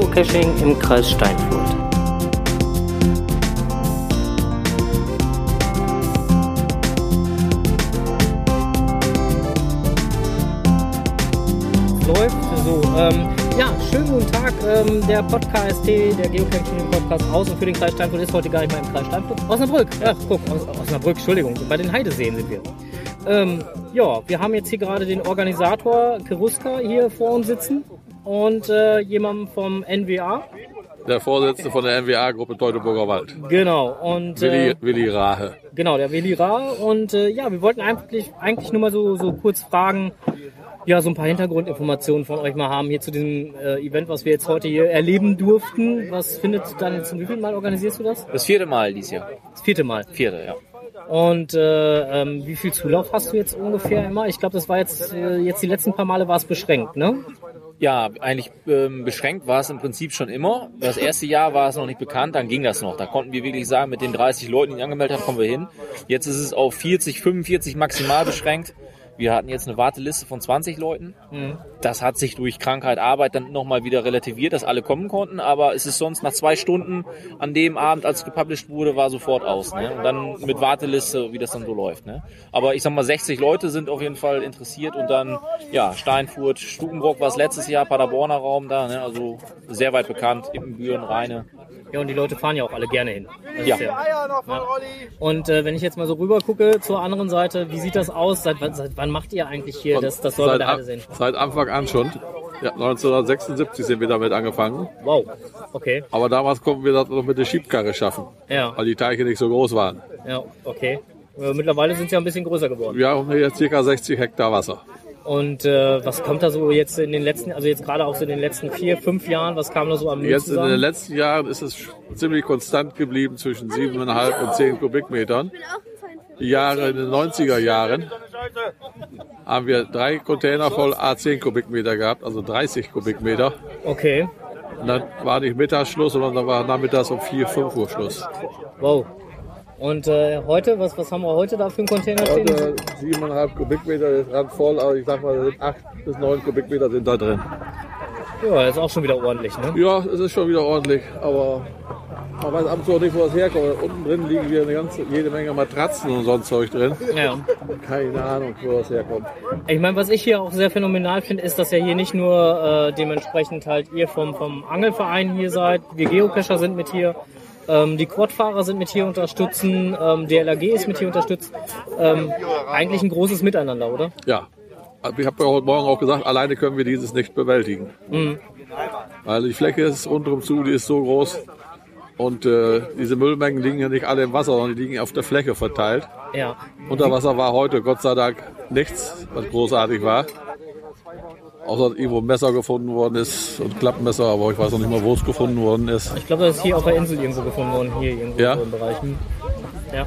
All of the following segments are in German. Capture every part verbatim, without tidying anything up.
Geocaching im Kreis Steinfurt. Läuft so. Ähm, ja, schönen guten Tag. Ähm, der Podcast, der Geocaching-Podcast aus und für den Kreis Steinfurt ist heute gar nicht mal im Kreis Steinfurt. Osnabrück. Ach, guck, Os Osnabrück, Entschuldigung. Bei den Heideseen sind wir. Ähm, ja, wir haben jetzt hier gerade den Organisator Keruska hier vor uns sitzen und äh, jemanden vom N W A. Der Vorsitzende von der N W A-Gruppe Teutoburger Wald. Genau. Und, Willi, äh, Willi Rahe. Genau, der Willi Rahe. Und äh, ja, wir wollten eigentlich, eigentlich nur mal so, so kurz fragen, ja, so ein paar Hintergrundinformationen von euch mal haben hier zu diesem äh, Event, was wir jetzt heute hier erleben durften. Was findet dann zum wievielten Mal organisierst du das? Das vierte Mal dieses Jahr. Das vierte Mal? Vierte, ja. Und äh, ähm, wie viel Zulauf hast du jetzt ungefähr immer? Ich glaube, das war jetzt, äh, jetzt die letzten paar Male war es beschränkt, ne? Ja, eigentlich ähm, beschränkt war es im Prinzip schon immer. Das erste Jahr war es noch nicht bekannt, dann ging das noch. Da konnten wir wirklich sagen, mit den dreißig Leuten, die angemeldet haben, kommen wir hin. Jetzt ist es auf vierzig, fünfundvierzig maximal beschränkt. Wir hatten jetzt eine Warteliste von zwanzig Leuten. Mhm. Das hat sich durch Krankheit, Arbeit dann nochmal wieder relativiert, dass alle kommen konnten. Aber es ist sonst nach zwei Stunden an dem Abend, als gepublished wurde, war sofort aus. Ne? Und dann mit Warteliste, wie das dann so läuft. Ne? Aber ich sag mal, sechzig Leute sind auf jeden Fall interessiert. Und dann, ja, Steinfurt, Stukenbrock war es letztes Jahr, Paderborner Raum da. Ne? Also sehr weit bekannt, Ippenbüren, Rheine. Ja, und die Leute fahren ja auch alle gerne hin. Das ja. Ist ja, ja. Und äh, wenn ich jetzt mal so rüber gucke zur anderen Seite, wie sieht das aus? Seit, seit wann macht ihr eigentlich hier das, das Säuber der Heideseen? Seit Anfang an schon. Ja, neunzehnhundertsechsundsiebzig sind wir damit angefangen. Wow, okay. Aber damals konnten wir das noch mit der Schiebkarre schaffen, ja. Weil die Teiche nicht so groß waren. Ja, okay. Mittlerweile sind sie ja ein bisschen größer geworden. Wir haben hier ca. sechzig Hektar Wasser. Und äh, was kommt da so jetzt in den letzten, also jetzt gerade auch so in den letzten vier, fünf Jahren, was kam da so am Müll Jetzt zusammen? in den letzten Jahren ist es ziemlich konstant geblieben zwischen sieben Komma fünf und zehn Kubikmetern. Die Jahre in den neunziger Jahren haben wir drei Container voll A zehn Kubikmeter gehabt, also dreißig Kubikmeter. Okay. Und dann war nicht Mittagsschluss, sondern dann war nachmittags um vier, fünf Uhr Schluss. Wow. Und äh, heute, was, was haben wir heute da für einen Container stehen? Heute sieben Komma fünf Kubikmeter ist Rand voll, aber ich sag mal, acht bis neun Kubikmeter sind da drin. Ja, das ist auch schon wieder ordentlich, ne? Ja, es ist schon wieder ordentlich, aber man weiß ab und zu nicht, wo es herkommt. Unten drin liegen wieder eine ganze, jede Menge Matratzen und so ein Zeug drin. Ja. Keine Ahnung, wo das herkommt. Ich meine, was ich hier auch sehr phänomenal finde, ist, dass ja hier nicht nur äh, dementsprechend halt ihr vom, vom Angelverein hier seid, wir Geocacher sind mit hier, ähm, die Quadfahrer sind mit hier unterstützen, ähm, der L A G ist mit hier unterstützt. Ähm, eigentlich ein großes Miteinander, oder? Ja. Ich habe ja heute Morgen auch gesagt, alleine können wir dieses nicht bewältigen. Mhm. Weil die Fläche ist rundherum zu, die ist so groß. Und äh, diese Müllmengen liegen ja nicht alle im Wasser, sondern die liegen auf der Fläche verteilt. Ja. Unter Wasser war heute Gott sei Dank nichts, was großartig war. Außer dass irgendwo ein Messer gefunden worden ist und Klappmesser, aber ich weiß noch nicht mal, wo es gefunden worden ist. Ich glaube, das ist hier auf der Insel irgendwo gefunden worden, hier irgendwo ja? so im Bereich. Ja.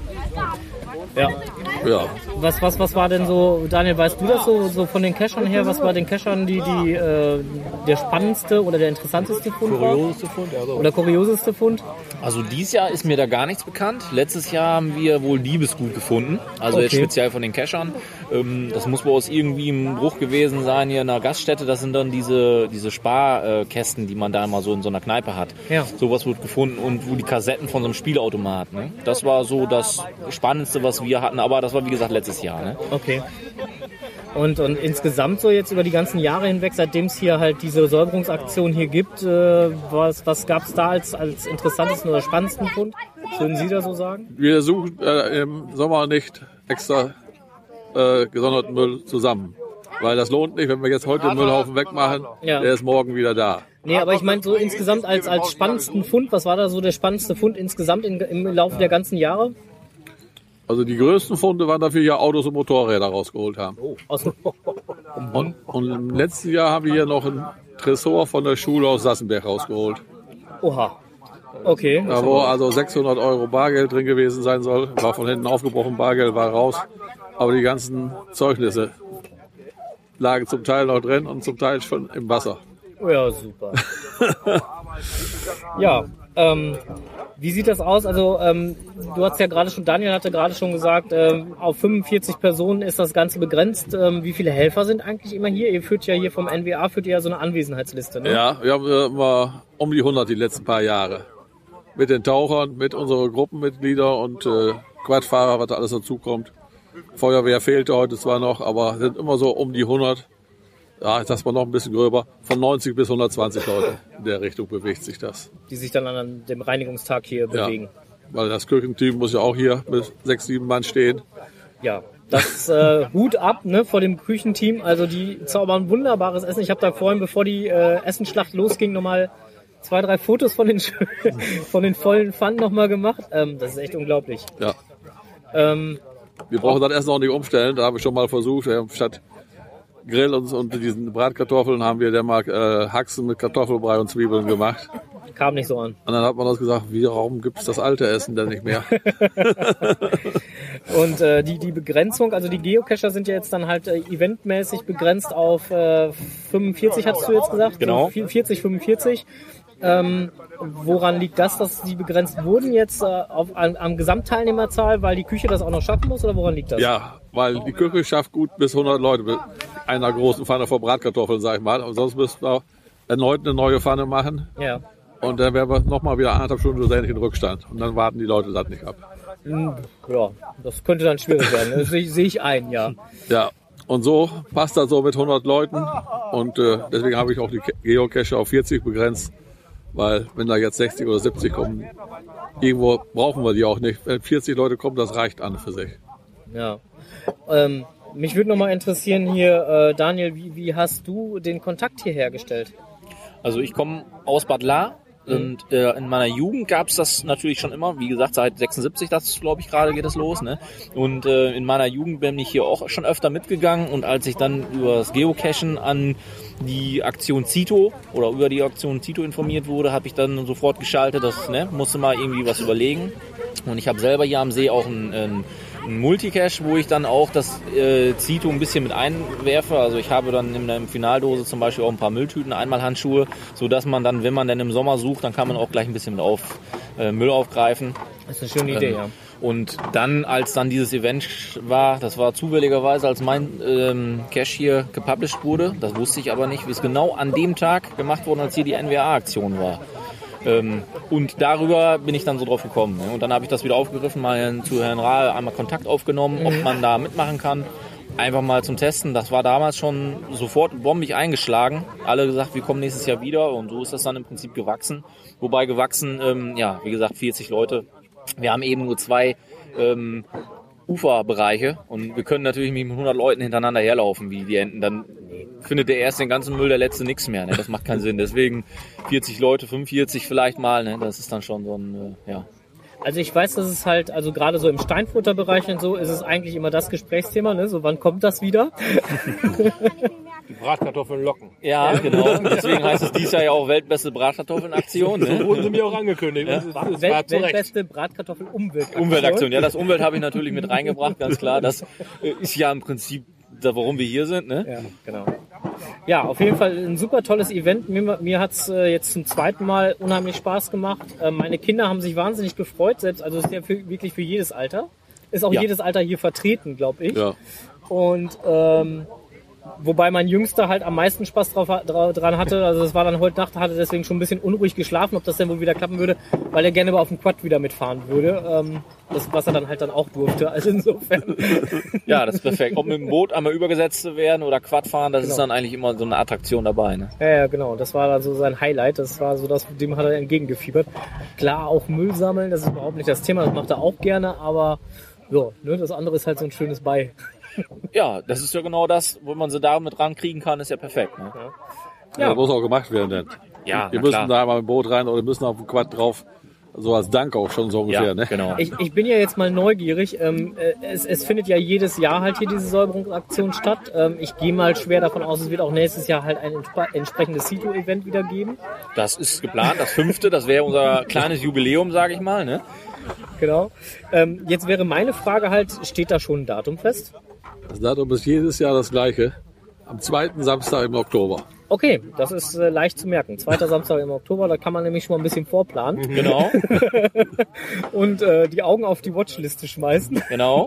Ja. Ja. Was, was, was war denn so, Daniel, weißt du das so, so von den Cachern her, was war den Cachern die, die, äh, der spannendste oder der interessanteste Fund war? Kurioseste Fund, also. Oder kurioseste Fund? Also dieses Jahr ist mir da gar nichts bekannt. Letztes Jahr haben wir wohl Liebesgut gefunden, also okay. Jetzt speziell von den Cachern. Ähm, das muss wohl aus irgendwie im Bruch gewesen sein hier in einer Gaststätte. Das sind dann diese, diese Sparkästen, die man da immer so in so einer Kneipe hat. Ja. Sowas wird gefunden und wo die Kassetten von so einem Spielautomat. Ne? Das war so das Spannendste, was wir hatten, aber das war wie gesagt letztes Jahr. Ne? Okay. Und, und insgesamt so jetzt über die ganzen Jahre hinweg, seitdem es hier halt diese Säuberungsaktion hier gibt, äh, was, was gab es da als, als interessantesten oder spannendsten Fund? Was würden Sie da so sagen? Wir suchen äh, im Sommer nicht extra äh, gesonderten Müll zusammen. Weil das lohnt nicht, wenn wir jetzt heute den Müllhaufen wegmachen, ja. Der ist morgen wieder da. Nee, aber ich meine so insgesamt als, als spannendsten Fund, was war da so der spannendste Fund insgesamt in, im Laufe der ganzen Jahre? Also die größten Funde waren dafür ja Autos und Motorräder rausgeholt haben. Oh. Aus und, und im letzten Jahr haben wir hier noch einen Tresor von der Schule aus Sassenberg rausgeholt. Oha. Okay. Da wo also sechshundert Euro Bargeld drin gewesen sein soll, war von hinten aufgebrochen, Bargeld war raus. Aber die ganzen Zeugnisse lagen zum Teil noch drin und zum Teil schon im Wasser. Ja, super. Ja, ähm, Wie sieht das aus? Also ähm, du hast ja gerade schon, Daniel hatte gerade schon gesagt, ähm, auf fünfundvierzig Personen ist das Ganze begrenzt. Ähm, wie viele Helfer sind eigentlich immer hier? Ihr führt ja hier vom N W A, führt ihr ja so eine Anwesenheitsliste, ne? Ja, wir haben äh, immer um die hundert die letzten paar Jahre. Mit den Tauchern, mit unseren Gruppenmitgliedern und äh, Quadfahrer, was da alles dazu kommt. Feuerwehr fehlte heute zwar noch, aber sind immer so um die hundert. Ja, jetzt ist man noch ein bisschen gröber. Von neunzig bis hundertzwanzig Leute. In der Richtung bewegt sich das. Die sich dann an dem Reinigungstag hier ja, bewegen. Weil das Küchenteam muss ja auch hier mit sechs, sieben Mann stehen. Ja, das äh, Hut ab, ne, vor dem Küchenteam. Also die zaubern wunderbares Essen. Ich habe da vorhin, bevor die äh, Essenschlacht losging, nochmal zwei, drei Fotos von den von den vollen Pfannen nochmal gemacht. Ähm, das ist echt unglaublich. Ja. Ähm, Wir brauchen das Essen auch nicht umstellen. Da habe ich schon mal versucht, statt Grill und, und diesen Bratkartoffeln haben wir dann mal äh, Haxen mit Kartoffelbrei und Zwiebeln gemacht. Kam nicht so an. Und dann hat man uns gesagt, warum gibt es das alte Essen denn nicht mehr? Und äh, die, die Begrenzung, also die Geocacher sind ja jetzt dann halt äh, eventmäßig begrenzt auf äh, fünfundvierzig, hast du jetzt gesagt? Genau. So vierzig, fünfundvierzig. Ähm, woran liegt das, dass die begrenzt wurden jetzt äh, auf, an, am Gesamtteilnehmerzahl, weil die Küche das auch noch schaffen muss, oder woran liegt das? Ja, weil die Küche schafft gut bis hundert Leute mit einer großen Pfanne vor Bratkartoffeln, sag ich mal. Und sonst müssen wir erneut eine neue Pfanne machen. Ja. Und dann werden wir nochmal wieder anderthalb Stunden so ähnlich in Rückstand. Und dann warten die Leute das nicht ab. Ja, das könnte dann schwierig werden. Das sehe seh ich ein, ja. Ja, und so passt das so mit hundert Leuten. Und äh, deswegen habe ich auch die Geocacher auf vierzig begrenzt. Weil wenn da jetzt sechzig oder siebzig kommen, irgendwo brauchen wir die auch nicht. Wenn vierzig Leute kommen, das reicht an für sich. Ja. Ähm, mich würde nochmal interessieren hier, äh, Daniel, wie, wie hast du den Kontakt hier hergestellt? Also ich komme aus Bad Lahr. Und äh, in meiner Jugend gab es das natürlich schon immer, wie gesagt, seit sechsundsiebzig, das glaube ich gerade geht es los, ne? Und äh, in meiner Jugend bin ich hier auch schon öfter mitgegangen und als ich dann über das Geocachen an die Aktion Zito oder über die Aktion Zito informiert wurde, habe ich dann sofort geschaltet, das ne, musste mal irgendwie was überlegen. Und ich habe selber hier am See auch ein, ein ein Multicache, wo ich dann auch das äh, Zito ein bisschen mit einwerfe. Also ich habe dann in der Finaldose zum Beispiel auch ein paar Mülltüten, Einmalhandschuhe, sodass man dann, wenn man dann im Sommer sucht, dann kann man auch gleich ein bisschen mit auf, äh, Müll aufgreifen. Das ist eine schöne Idee, ähm, ja. Und dann, als dann dieses Event war, das war zufälligerweise, als mein ähm, Cache hier gepublished wurde, das wusste ich aber nicht, wie es genau an dem Tag gemacht wurde, als hier die N W A-Aktion war. Ähm, und darüber bin ich dann so drauf gekommen. Ne? Und dann habe ich das wieder aufgegriffen, mal zu Herrn Rahl einmal Kontakt aufgenommen, ob man da mitmachen kann. Einfach mal zum Testen. Das war damals schon sofort bombig eingeschlagen. Alle gesagt, wir kommen nächstes Jahr wieder. Und so ist das dann im Prinzip gewachsen. Wobei gewachsen, ähm, ja, wie gesagt, vierzig Leute. Wir haben eben nur zwei ähm, Uferbereiche und wir können natürlich nicht mit hundert Leuten hintereinander herlaufen wie die Enten. Dann findet der erste den ganzen Müll, der letzte nichts mehr. Ne? Das macht keinen Sinn. Deswegen vierzig Leute, fünfundvierzig vielleicht mal. Ne? Das ist dann schon so ein, äh, ja. Also ich weiß, dass es halt, also gerade so im Steinfurter Bereich und so, ist es eigentlich immer das Gesprächsthema, ne? So, wann kommt das wieder? Die Bratkartoffeln locken. Ja, genau. Deswegen heißt es dies Jahr ja auch Weltbeste Bratkartoffeln-Aktion. Ne? So wurden sie mir auch angekündigt. Ja. Das ist, das Welt, war zu Recht. Weltbeste Bratkartoffel-Umweltaktion. Umweltaktion, ja, das Umwelt habe ich natürlich mit reingebracht, ganz klar. Das ist ja im Prinzip, warum wir hier sind. Ne? Ja, genau. Ja, auf jeden Fall ein super tolles Event. Mir, mir hat es äh, jetzt zum zweiten Mal unheimlich Spaß gemacht. Äh, meine Kinder haben sich wahnsinnig gefreut, selbst, also es ist ja für, wirklich für jedes Alter. Ist auch Ja. jedes Alter hier vertreten, glaube ich. Ja. Und ähm, wobei mein Jüngster halt am meisten Spaß drauf, dra, dran hatte. Also es war dann heute Nacht, hatte deswegen schon ein bisschen unruhig geschlafen, ob das denn wohl wieder klappen würde, weil er gerne mal auf dem Quad wieder mitfahren würde. Ähm, das, was er dann halt dann auch durfte. Also insofern. Ja, das ist perfekt. Ob mit dem Boot einmal übergesetzt zu werden oder Quad fahren, das Genau. ist dann eigentlich immer so eine Attraktion dabei. Ne? Ja, ja, genau. Das war dann so sein Highlight. Das war so das, dem hat er entgegengefiebert. Klar, auch Müll sammeln, das ist überhaupt nicht das Thema. Das macht er auch gerne, aber ja, ne, das andere ist halt so ein schönes Bei. Ja, das ist ja genau das, wo man sie da mit rankriegen kann, ist ja perfekt. Ne? Ja. Das muss auch gemacht werden. Denn. Ja, Wir na müssen klar. da mal im Boot rein oder wir müssen auf dem Quad drauf. So als Dank auch schon so ungefähr. Ja, Ne? genau. Ich, ich bin ja jetzt mal neugierig. Ähm, äh, es, es findet ja jedes Jahr halt hier diese Säuberungsaktion statt. Ähm, ich gehe mal schwer davon aus, es wird auch nächstes Jahr halt ein entsp- entsprechendes Zito-Event wieder geben. Das ist geplant, das fünfte, das wäre unser kleines Jubiläum, sage ich mal. Ne? Genau. Ähm, jetzt wäre meine Frage halt, steht da schon ein Datum fest? Das Datum ist jedes Jahr das gleiche. Am zweiten Samstag im Oktober. Okay, das ist äh, leicht zu merken. Zweiter Samstag im Oktober, da kann man nämlich schon mal ein bisschen vorplanen. Genau. Und äh, die Augen auf die Watchliste schmeißen. Genau.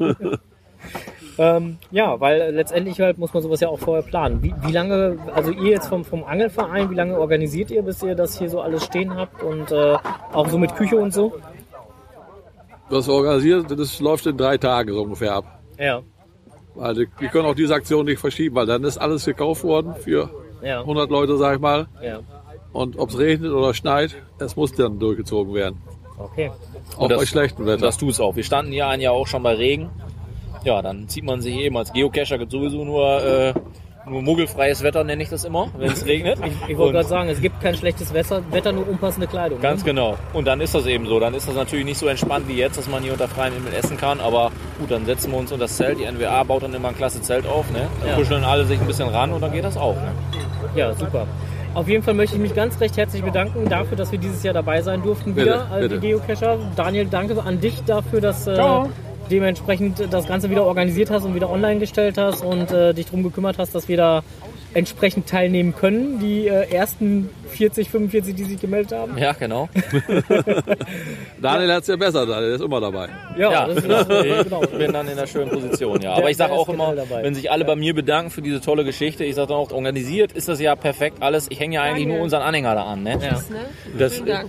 ähm, ja, weil letztendlich halt muss man sowas ja auch vorher planen. Wie, wie lange, also ihr jetzt vom, vom Angelverein, wie lange organisiert ihr, bis ihr das hier so alles stehen habt und äh, auch so mit Küche und so? Was wir organisieren, das läuft in drei Tagen so ungefähr ab. Ja. Weil die, wir können auch diese Aktion nicht verschieben, weil dann ist alles gekauft worden für Ja. hundert Leute, sag ich mal. Ja. Und ob es regnet oder schneit, es muss dann durchgezogen werden. Okay. Auch das, bei schlechtem Wetter. Das tut's auch. Wir standen ja ein Jahr auch schon bei Regen. Ja, dann zieht man sich eben als Geocacher gibt sowieso nur, äh, nur muggelfreies Wetter, nenne ich das immer, wenn es regnet. Ich, ich wollte gerade sagen, es gibt kein schlechtes Wetter, Wetter nur unpassende Kleidung. Ganz ne? genau. Und dann ist das eben so. Dann ist das natürlich nicht so entspannt wie jetzt, dass man hier unter freiem Himmel essen kann. Aber gut, dann setzen wir uns unter das Zelt. Die N W A baut dann immer ein klasse Zelt auf. Ne? Dann Ja. kuscheln alle sich ein bisschen ran und dann geht das auch. Ne? Ja, super. Auf jeden Fall möchte ich mich ganz recht herzlich bedanken dafür, dass wir dieses Jahr dabei sein durften Bitte, wieder als bitte. Geocacher. Daniel, danke an dich dafür, dass äh, dementsprechend das Ganze wieder organisiert hast und wieder online gestellt hast und äh, dich darum gekümmert hast, dass wir da entsprechend teilnehmen können. Die äh, ersten vierzig, fünfundvierzig, die sich gemeldet haben. Ja, genau. Daniel hat es ja besser, Daniel ist immer dabei. Ja, das ist das, äh, genau. ich bin dann in einer schönen Position, ja. Der- Aber ich sage der auch ist immer, genau dabei. wenn sich alle bei mir bedanken für diese tolle Geschichte, ich sage dann auch, organisiert ist das ja perfekt alles. Ich hänge ja eigentlich nur unseren Anhänger da an. Ne? Ja. Ne? Das, Vielen Dank.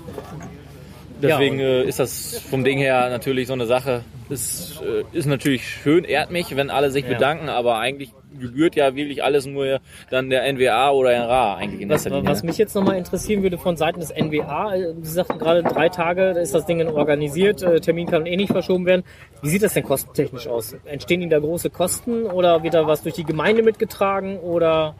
deswegen Ja. äh, ist das vom Ding her natürlich so eine Sache. Es äh, ist natürlich schön, ehrt mich, wenn alle sich Ja. bedanken, aber eigentlich gebührt ja wirklich alles nur dann der N W A oder der N R A eigentlich in Was, erster Linie. was mich jetzt nochmal interessieren würde von Seiten des N W A, äh, Sie sagten gerade drei Tage ist das Ding organisiert, äh, Termin kann eh nicht verschoben werden. Wie sieht das denn kostentechnisch aus? Entstehen Ihnen da große Kosten oder wird da was durch die Gemeinde mitgetragen oder?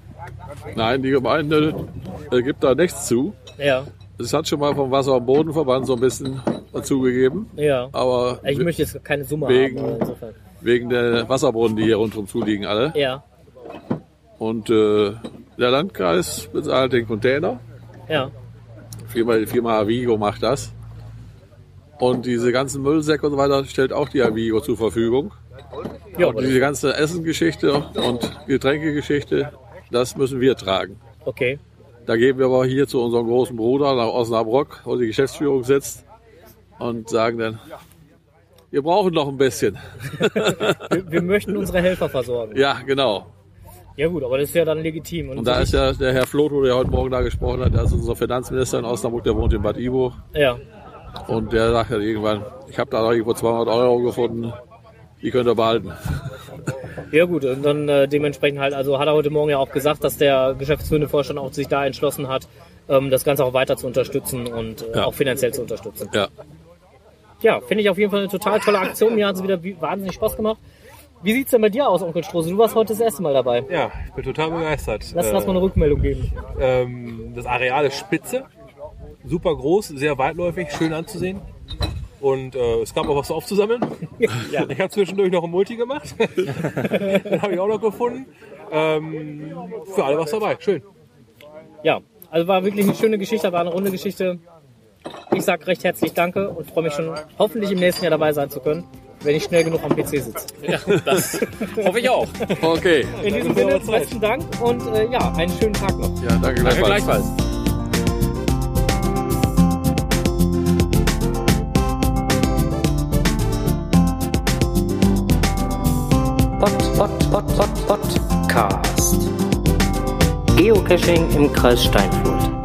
Nein, die Gemeinde äh, gibt da nichts zu. Ja, Es hat schon mal vom Wasser- und Bodenverband so ein bisschen dazugegeben. ja. Aber Ich möchte jetzt keine Summe Wegen- haben. aber insofern. wegen der Wasserbrunnen, die hier rundherum zuliegen, alle. Ja, Und äh, der Landkreis bezahlt den Container. ja, Firma, die Firma Avigo macht das. Und diese ganzen Müllsäcke und so weiter stellt auch die Avigo zur Verfügung. ja. Und diese ganze Essengeschichte und Getränkegeschichte, das müssen wir tragen. Okay. Da geben wir aber hier zu unserem großen Bruder nach Osnabrück, wo die Geschäftsführung sitzt, und sagen dann, wir brauchen noch ein bisschen. Wir, wir möchten unsere Helfer versorgen. Ja, genau. Ja gut, aber das ist ja dann legitim. Und da ist ja der Herr Floto, der heute Morgen da gesprochen hat, der ist unser Finanzminister in Osnabrück, der wohnt in Bad Iburg. Ja, Und der sagt halt irgendwann, ich habe da noch irgendwo zweihundert Euro gefunden, die könnt ihr behalten. ja gut, und dann äh, dementsprechend halt, also hat er heute Morgen ja auch gesagt, dass der geschäftsführende Vorstand auch sich da entschlossen hat, ähm, das Ganze auch weiter zu unterstützen und äh, Ja. auch finanziell zu unterstützen. Ja. Ja, finde ich auf jeden Fall eine total tolle Aktion. Mir hat es wieder wie- wahnsinnig Spaß gemacht. Wie sieht's denn bei dir aus, Onkel Strose? Du warst heute das erste Mal dabei. Ja, ich bin total begeistert. Lass, lass mal eine Rückmeldung geben. Ähm, das Areal ist spitze, super groß, sehr weitläufig, schön anzusehen. Und äh, es gab auch was aufzusammeln. Ja. Ich habe zwischendurch noch ein Multi gemacht. Den habe ich auch noch gefunden. Ähm, für alle was dabei, schön. Ja, also war wirklich eine schöne Geschichte, war eine runde Geschichte. Ich sag recht herzlich Danke und freue mich schon, hoffentlich im nächsten Jahr dabei sein zu können, wenn ich schnell genug am P C sitze. Ja, das hoffe ich auch. Okay. In diesem Ja, Sinne, Zeit. besten Dank und äh, ja, einen schönen Tag noch. Ja, danke Danke gleichfalls. gleichfalls. Pod, Pod, Pod, Pod, Podcast. Geocaching im Kreis Steinfurt.